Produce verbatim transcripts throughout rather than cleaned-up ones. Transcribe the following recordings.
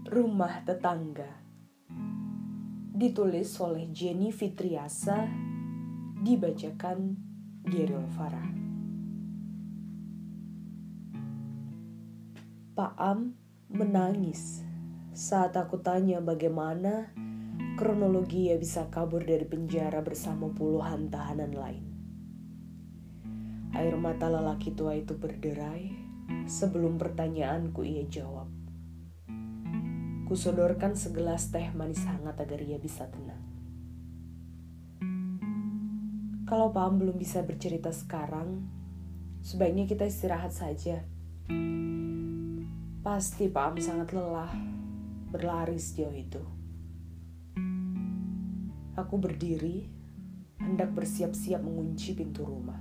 Rumah Tetangga. Ditulis oleh Jenny Fitriasa, dibacakan Geril Farah. Pak Am menangis saat aku tanya bagaimana kronologi ia bisa kabur dari penjara bersama puluhan tahanan lain. Air mata lelaki tua itu berderai sebelum pertanyaanku ia jawab. Kusodorkan segelas teh manis hangat agar ia bisa tenang. Kalau Pak Am belum bisa bercerita sekarang, sebaiknya kita istirahat saja. Pasti Pak Am sangat lelah berlari sejauh itu. Aku berdiri, hendak bersiap-siap mengunci pintu rumah.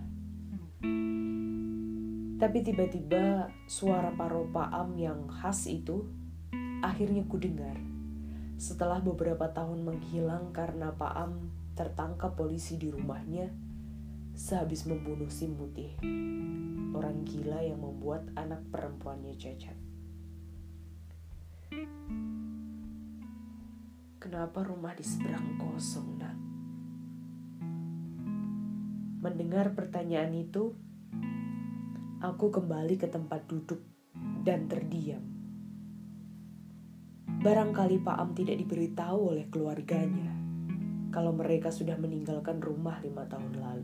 Tapi tiba-tiba suara paro Pak Am yang khas itu akhirnya kudengar setelah beberapa tahun menghilang karena Pak Am tertangkap polisi di rumahnya sehabis membunuh si Mutih, orang gila yang membuat anak perempuannya cacat. Kenapa rumah di seberang kosong, Nak? Mendengar pertanyaan itu, aku kembali ke tempat duduk dan terdiam. Barangkali Pak Am tidak diberitahu oleh keluarganya kalau mereka sudah meninggalkan rumah lima tahun lalu.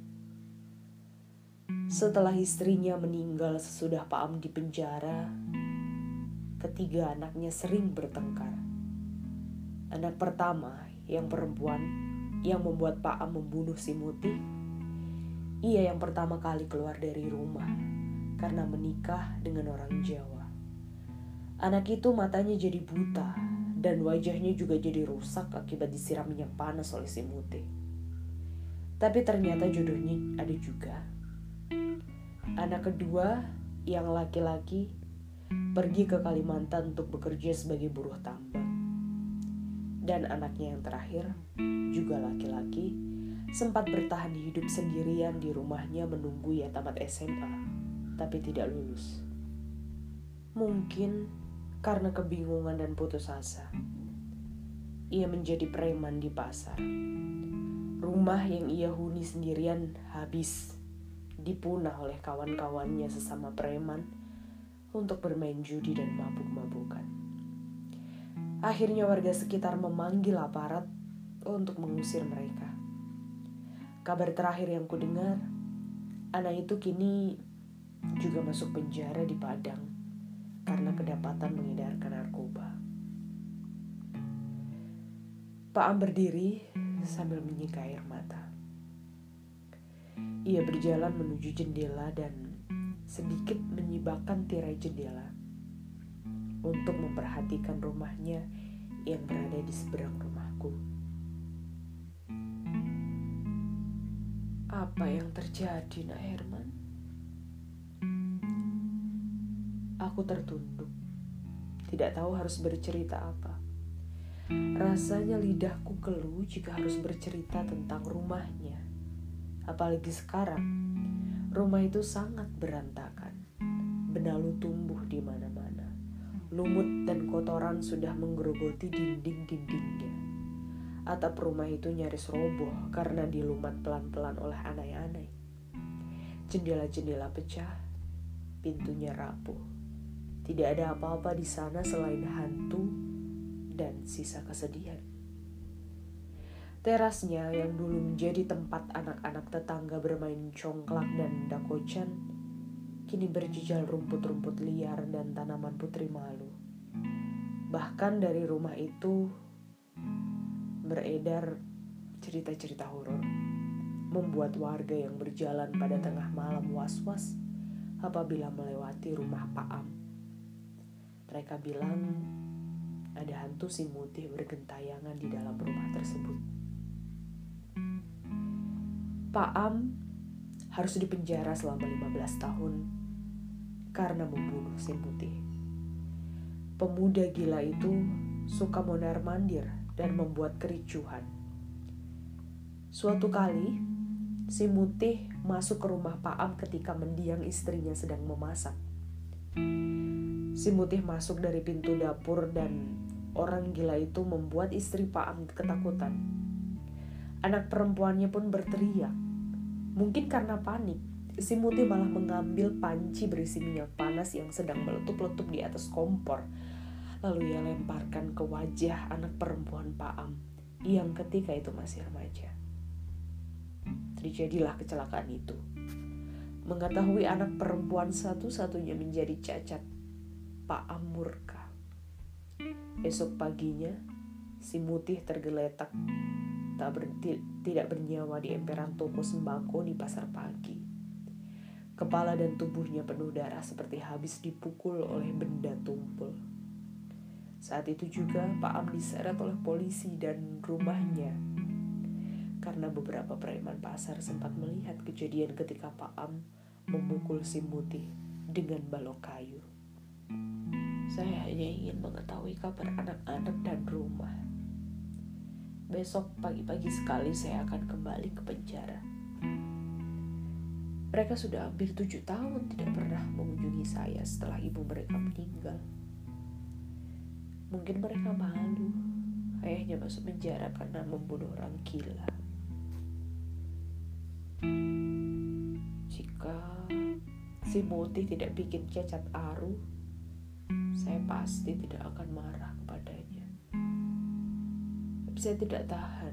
Setelah istrinya meninggal sesudah Pak Am di penjara, ketiga anaknya sering bertengkar. Anak pertama, yang perempuan, yang membuat Pak Am membunuh si Mutih, ia yang pertama kali keluar dari rumah karena menikah dengan orang Jawa. Anak itu matanya jadi buta dan wajahnya juga jadi rusak akibat disiram minyak panas oleh si Mutih. Tapi ternyata jodohnya ada juga. Anak kedua, yang laki-laki, pergi ke Kalimantan untuk bekerja sebagai buruh tambang. Dan anaknya yang terakhir, juga laki-laki, sempat bertahan hidup sendirian di rumahnya menunggu ia tamat S M A, tapi tidak lulus. Mungkin karena kebingungan dan putus asa, ia menjadi preman di pasar. Rumah yang ia huni sendirian habis dipunah oleh kawan-kawannya sesama preman untuk bermain judi dan mabuk-mabukan. Akhirnya warga sekitar memanggil aparat untuk mengusir mereka. Kabar terakhir yang kudengar, anak itu kini juga masuk penjara di Padang karena kedapatan mengedarkan narkoba. Pak Am berdiri sambil menyeka air mata. Ia berjalan menuju jendela dan sedikit menyibakkan tirai jendela untuk memperhatikan rumahnya yang berada di seberang rumahku. Apa yang terjadi, Nak Herman? Aku tertunduk, tidak tahu harus bercerita apa. Rasanya lidahku keluh jika harus bercerita tentang rumahnya. Apalagi sekarang, rumah itu sangat berantakan. Benalu tumbuh di mana-mana. Lumut dan kotoran sudah menggerogoti dinding-dindingnya. Atap rumah itu nyaris roboh karena dilumat pelan-pelan oleh anai-anai. Jendela-jendela pecah, pintunya rapuh. Tidak ada apa-apa di sana selain hantu dan sisa kesedihan. Terasnya yang dulu menjadi tempat anak-anak tetangga bermain congklak dan dakocan, kini berjejal rumput-rumput liar dan tanaman putri malu. Bahkan dari rumah itu beredar cerita-cerita horor, membuat warga yang berjalan pada tengah malam was-was apabila melewati rumah Pak Am. Mereka bilang ada hantu si Mutih bergentayangan di dalam rumah tersebut. Pak Am harus dipenjara selama lima belas tahun karena membunuh si Mutih. Pemuda gila itu suka mondar-mandir dan membuat kericuhan. Suatu kali, si Mutih masuk ke rumah Pak Am ketika mendiang istrinya sedang memasak. Si Mutih masuk dari pintu dapur dan orang gila itu membuat istri Pak Am ketakutan. Anak perempuannya pun berteriak. Mungkin karena panik, si Mutih malah mengambil panci berisi minyak panas yang sedang meletup-letup di atas kompor. Lalu ia lemparkan ke wajah anak perempuan Pak Am yang ketika itu masih remaja. Terjadilah kecelakaan itu. Mengetahui anak perempuan satu-satunya menjadi cacat, Pak Am murka. Esok paginya, si Mutih tergeletak tak ber, tidak bernyawa di emperan toko sembako di pasar pagi. Kepala dan tubuhnya penuh darah seperti habis dipukul oleh benda tumpul. Saat itu juga Pak Am diseret oleh polisi dan rumahnya karena beberapa preman pasar sempat melihat kejadian ketika Pak Am memukul si Mutih dengan balok kayu. Saya hanya ingin mengetahui kabar anak-anak dan rumah. Besok pagi-pagi sekali saya akan kembali ke penjara. Mereka sudah hampir tujuh tahun tidak pernah mengunjungi saya setelah ibu mereka meninggal. Mungkin mereka malu ayahnya masuk penjara karena membunuh orang gila. Jika si Mutih tidak bikin cacat Aru, saya pasti tidak akan marah kepadanya. Tapi saya tidak tahan.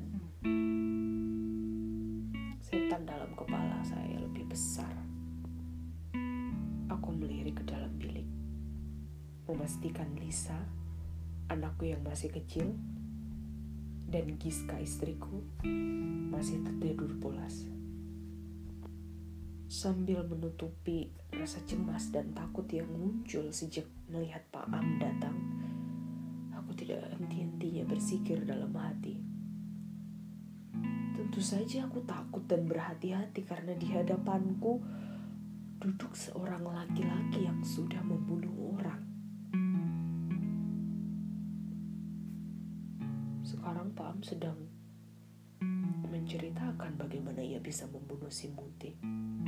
Setan dalam kepala saya lebih besar. Aku melirik ke dalam bilik, memastikan Lisa, anakku yang masih kecil, dan Giska istriku masih tertidur pulas. Sambil menutupi rasa cemas dan takut yang muncul sejak melihat Pak Am datang, aku tidak henti-hentinya bersikir dalam hati. Tentu saja aku takut dan berhati-hati karena di hadapanku duduk seorang laki-laki yang sudah membunuh orang. Sekarang Pak Am sedang menceritakan bagaimana ia bisa membunuh si Mutih.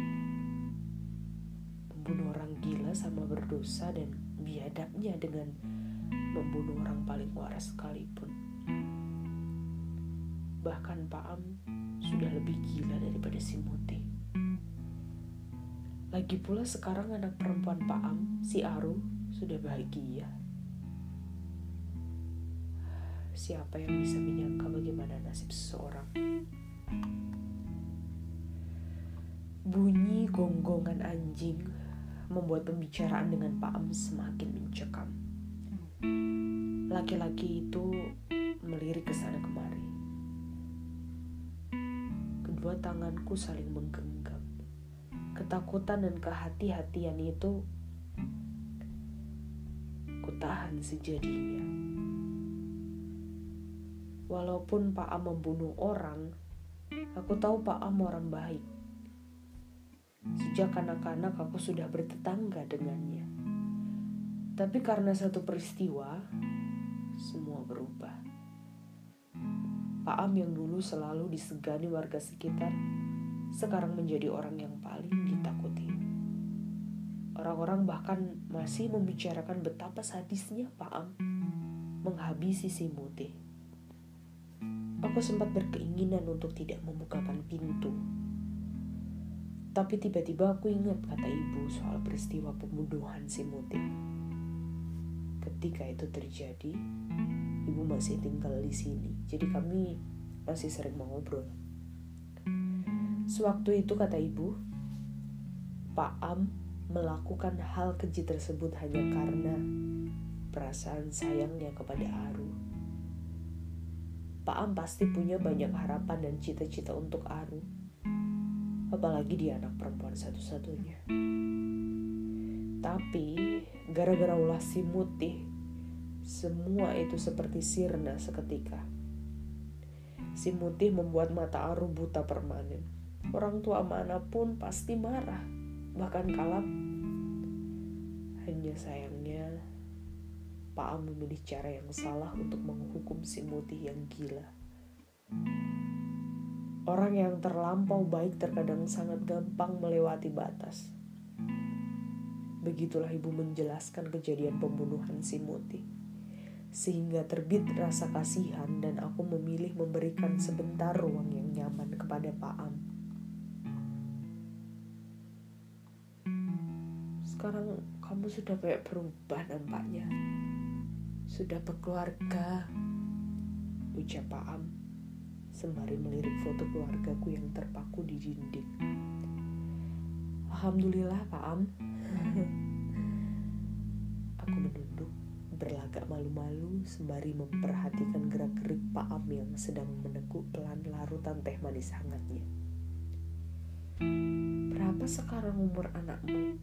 Membunuh orang gila sama berdosa dan biadabnya dengan membunuh orang paling waras sekalipun. Bahkan Pak Am sudah lebih gila daripada si Mutih. Lagi pula sekarang anak perempuan Pak Am, si Aru, sudah bahagia. Siapa yang bisa menyangka bagaimana nasib seseorang? Bunyi gonggongan anjing membuat pembicaraan dengan Pak Am semakin mencekam. Laki-laki itu melirik ke sana kemari. Kedua tanganku saling menggenggam. Ketakutan dan kehati-hatian itu kutahan sejadinya. Walaupun Pak Am membunuh orang, aku tahu Pak Am orang baik. Sejak anak-anak aku sudah bertetangga dengannya. Tapi karena satu peristiwa, semua berubah. Pak Am yang dulu selalu disegani warga sekitar, sekarang menjadi orang yang paling ditakuti. Orang-orang bahkan masih membicarakan betapa sadisnya Pak Am menghabisi si Mutih. Aku sempat berkeinginan untuk tidak membukakan pintu. Tapi tiba-tiba aku ingat kata ibu soal peristiwa pembunuhan si Mutih. Ketika itu terjadi, ibu masih tinggal di sini. Jadi kami masih sering mengobrol. Sewaktu itu kata ibu, Pak Am melakukan hal keji tersebut hanya karena perasaan sayangnya kepada Aru. Pak Am pasti punya banyak harapan dan cita-cita untuk Aru. Apalagi dia anak perempuan satu-satunya. Tapi gara-gara ulah si Mutih, semua itu seperti sirna seketika. Si Mutih membuat mata Aru buta permanen. Orang tua manapun pasti marah, bahkan kalap. Hanya sayangnya Pak Am memilih cara yang salah untuk menghukum si Mutih yang gila. Orang yang terlampau baik terkadang sangat gampang melewati batas. Begitulah ibu menjelaskan kejadian pembunuhan si Muti. Sehingga terbit rasa kasihan dan aku memilih memberikan sebentar ruang yang nyaman kepada Pak Am. Sekarang kamu sudah kayak berubah nampaknya. Sudah berkeluarga, ucap Pak Am sembari melirik foto keluargaku yang terpaku di dinding. Alhamdulillah Pak Am. Aku menunduk, berlagak malu-malu sembari memperhatikan gerak-gerik Pak Am yang sedang meneguk pelan larutan teh manis hangatnya. Berapa sekarang umur anakmu?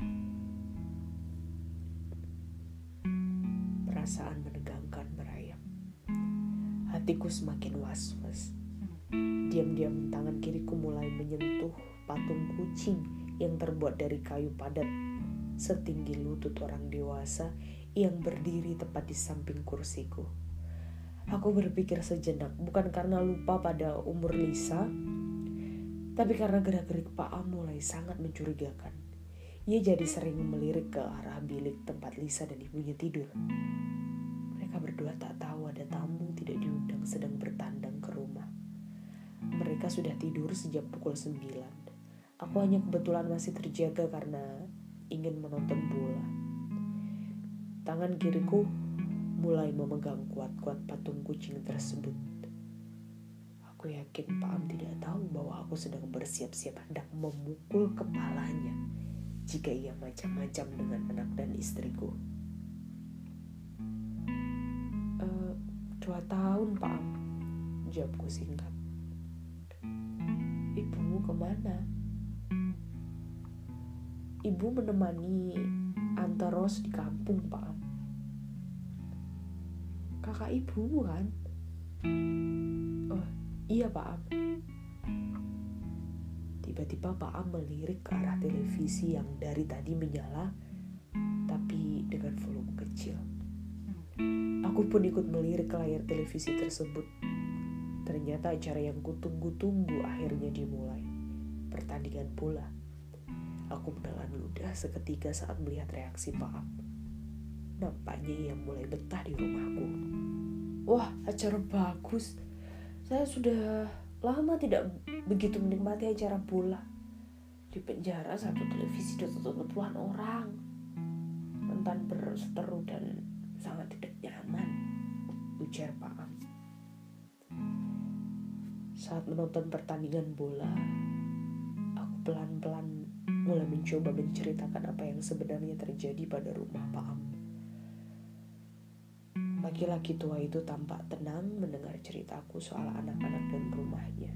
Perasaan menegangkan merayap. Hatiku semakin was-was. Diam-diam tangan kiriku mulai menyentuh patung kucing yang terbuat dari kayu padat setinggi lutut orang dewasa yang berdiri tepat di samping kursiku. Aku berpikir sejenak, bukan karena lupa pada umur Lisa, tapi karena gerak-gerik Pak Am mulai sangat mencurigakan. Ia jadi sering melirik ke arah bilik tempat Lisa dan ibunya tidur. Mereka berdua tak tahu ada tamu tidak diundang sedang bertandang ke rumah. Mereka sudah tidur sejak pukul sembilan. Aku hanya kebetulan masih terjaga karena ingin menonton bola. Tangan kiriku mulai memegang kuat-kuat patung kucing tersebut. Aku yakin Pak Am tidak tahu bahwa aku sedang bersiap-siap hendak memukul kepalanya jika ia macam-macam dengan anak dan istriku. E, dua tahun Pak Am, jawabku singkat. Ibu kemana? Ibu menemani Anta Ros di kampung Pak Am. Kakak ibu kan? Oh iya Pak Am. Tiba-tiba Pak Am melirik ke arah televisi yang dari tadi menyala tapi dengan volume kecil. Aku pun ikut melirik ke layar televisi tersebut. Ternyata acara yang kutunggu-tunggu akhirnya dimulai. Pertandingan bola. Aku menelan ludah seketika saat melihat reaksi Pak Am. Nampaknya ia mulai betah di rumahku. Wah, acara bagus. Saya sudah lama tidak begitu menikmati acara bola. Di penjara satu televisi ditutup puluhan orang. Rentan berseteru dan sangat tidak nyaman, ujar Pak Am. Saat menonton pertandingan bola, aku pelan-pelan mulai mencoba menceritakan apa yang sebenarnya terjadi pada rumah Pak Am. Laki-laki tua itu tampak tenang mendengar ceritaku soal anak-anak dan rumahnya.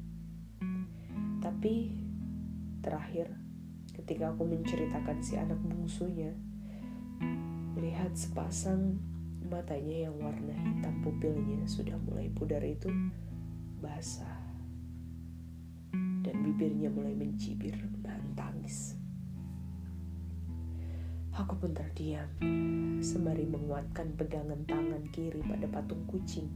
Tapi terakhir, ketika aku menceritakan si anak bungsunya, melihat sepasang matanya yang warna hitam pupilnya sudah mulai pudar itu basah dan bibirnya mulai mencibir menahan tangis. Aku pun terdiam sembari menguatkan pegangan tangan kiri pada patung kucing.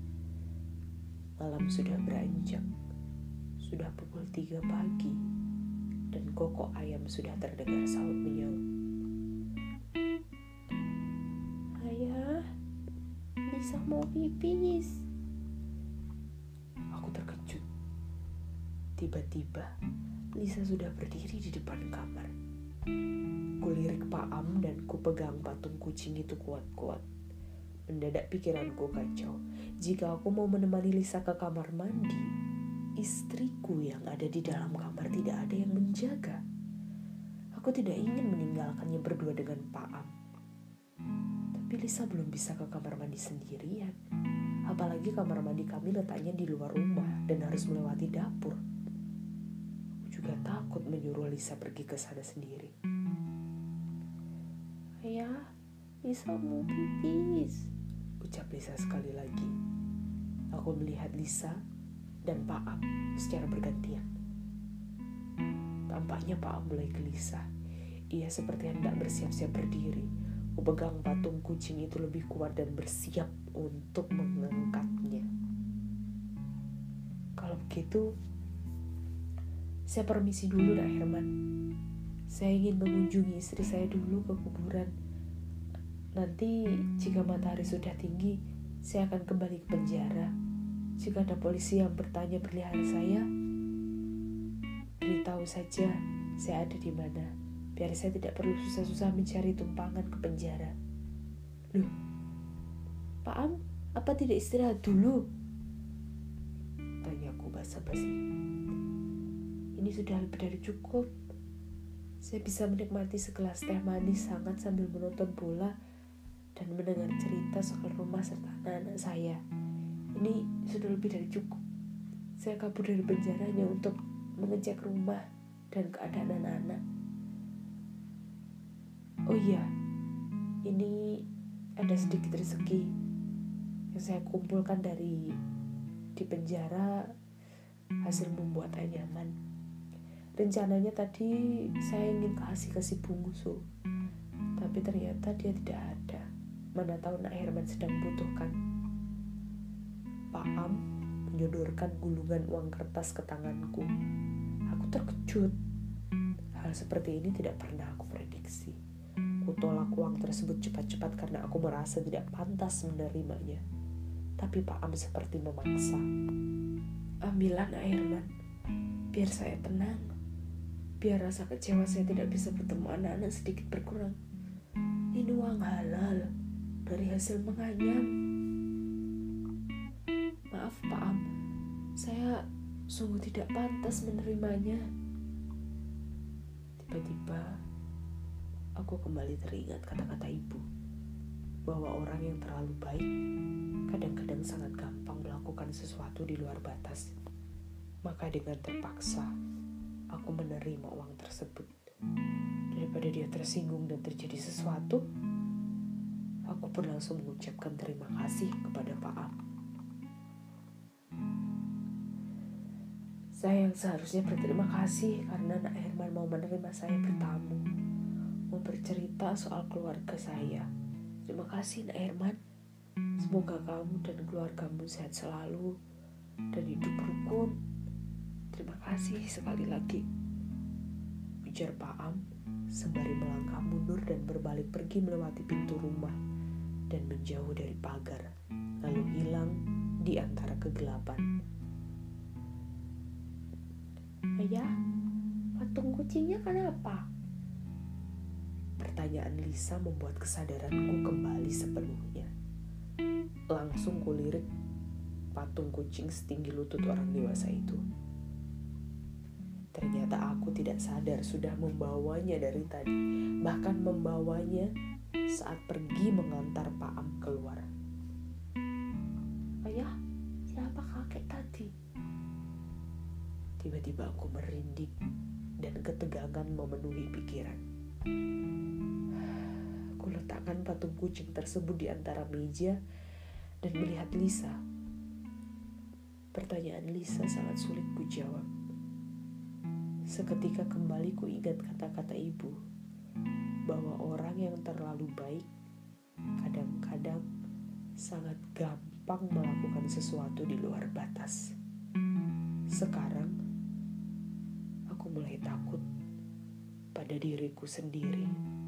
Malam sudah beranjak, sudah pukul tiga pagi dan kokok ayam sudah terdengar saut menyaut. Ayah, Lisa mau pipis. Aku terkejut. Tiba-tiba Lisa sudah berdiri di depan kamar. Kulirik Pak Am dan kupegang patung kucing itu kuat-kuat. Mendadak pikiranku kacau. Jika aku mau menemani Lisa ke kamar mandi, istriku yang ada di dalam kamar tidak ada yang menjaga. Aku tidak ingin meninggalkannya berdua dengan Pak Am. Tapi Lisa belum bisa ke kamar mandi sendirian. Apalagi kamar mandi kami letaknya di luar rumah dan harus melewati dapur. Aku juga takut menyuruh Lisa pergi ke sana sendiri. Ayah, Lisa mau pipis, ucap Lisa sekali lagi. Aku melihat Lisa dan Pak Am secara bergantian. Tampaknya Pak Am mulai gelisah. Ia seperti hendak bersiap-siap berdiri. Kupegang patung kucing itu lebih kuat dan bersiap untuk mengangkatnya. Kalau begitu, saya permisi dulu, Nak Herman. Saya ingin mengunjungi istri saya dulu ke kuburan. Nanti jika matahari sudah tinggi, saya akan kembali ke penjara. Jika ada polisi yang bertanya perihal saya, beritahu saja saya ada di mana, biar saya tidak perlu susah-susah mencari tumpangan ke penjara. Loh, Pak Am, apa tidak istirahat dulu? Tanyaku basa-basi. Ini sudah lebih dari cukup. Saya bisa menikmati segelas teh manis hangat sambil menonton bola dan mendengar cerita soal rumah serta anak-anak saya. Ini sudah lebih dari cukup. Saya kabur dari penjara hanya untuk mengecek rumah dan keadaan anak-anak. Oh iya, ini ada sedikit rezeki yang saya kumpulkan dari di penjara hasil membuat anyaman. Rencananya tadi saya ingin kasih ke si bungsu, tapi ternyata dia tidak ada. Mana tahu Nak Herman sedang butuhkan. Pak Am menyodorkan gulungan uang kertas ke tanganku. Aku terkejut. Hal seperti ini tidak pernah aku prediksi. Kutolak uang tersebut cepat-cepat karena aku merasa tidak pantas menerimanya. Tapi Pak Am seperti memaksa. Ambillah Nak Herman, biar saya tenang. Biar rasa kecewa saya tidak bisa bertemu anak-anak sedikit berkurang. Ini uang halal dari hasil menganyam. Maaf Pak Am, saya sungguh tidak pantas menerimanya. Tiba-tiba aku kembali teringat kata-kata ibu, bahwa orang yang terlalu baik kadang-kadang sangat gampang melakukan sesuatu di luar batas. Maka dengan terpaksa aku menerima uang tersebut. Daripada dia tersinggung dan terjadi sesuatu, aku pun langsung mengucapkan terima kasih kepada Pak Am. Saya yang seharusnya berterima kasih karena Nak Herman mau menerima saya bertamu, mau bercerita soal keluarga saya. Terima kasih Nak Herman. Semoga kamu dan keluargamu sehat selalu dan hidup rukun. Terima kasih sekali lagi, ujar Pak Am sembari melangkah mundur dan berbalik pergi melewati pintu rumah dan menjauh dari pagar, lalu hilang di antara kegelapan. Ayah, patung kucingnya kenapa? Pertanyaan Lisa membuat kesadaranku kembali sepenuhnya. Langsung kulirik patung kucing setinggi lutut orang dewasa itu. Ternyata aku tidak sadar sudah membawanya dari tadi, bahkan membawanya saat pergi mengantar Pak Am keluar. Ayah, siapa kakek tadi? Tiba-tiba aku merinding dan ketegangan memenuhi pikiran. Aku letakkan patung kucing tersebut di antara meja dan melihat Lisa. Pertanyaan Lisa sangat sulit kujawab. Seketika kembali ku ingat kata-kata ibu, bahwa orang yang terlalu baik kadang-kadang sangat gampang melakukan sesuatu di luar batas. Sekarang aku mulai takut pada diriku sendiri.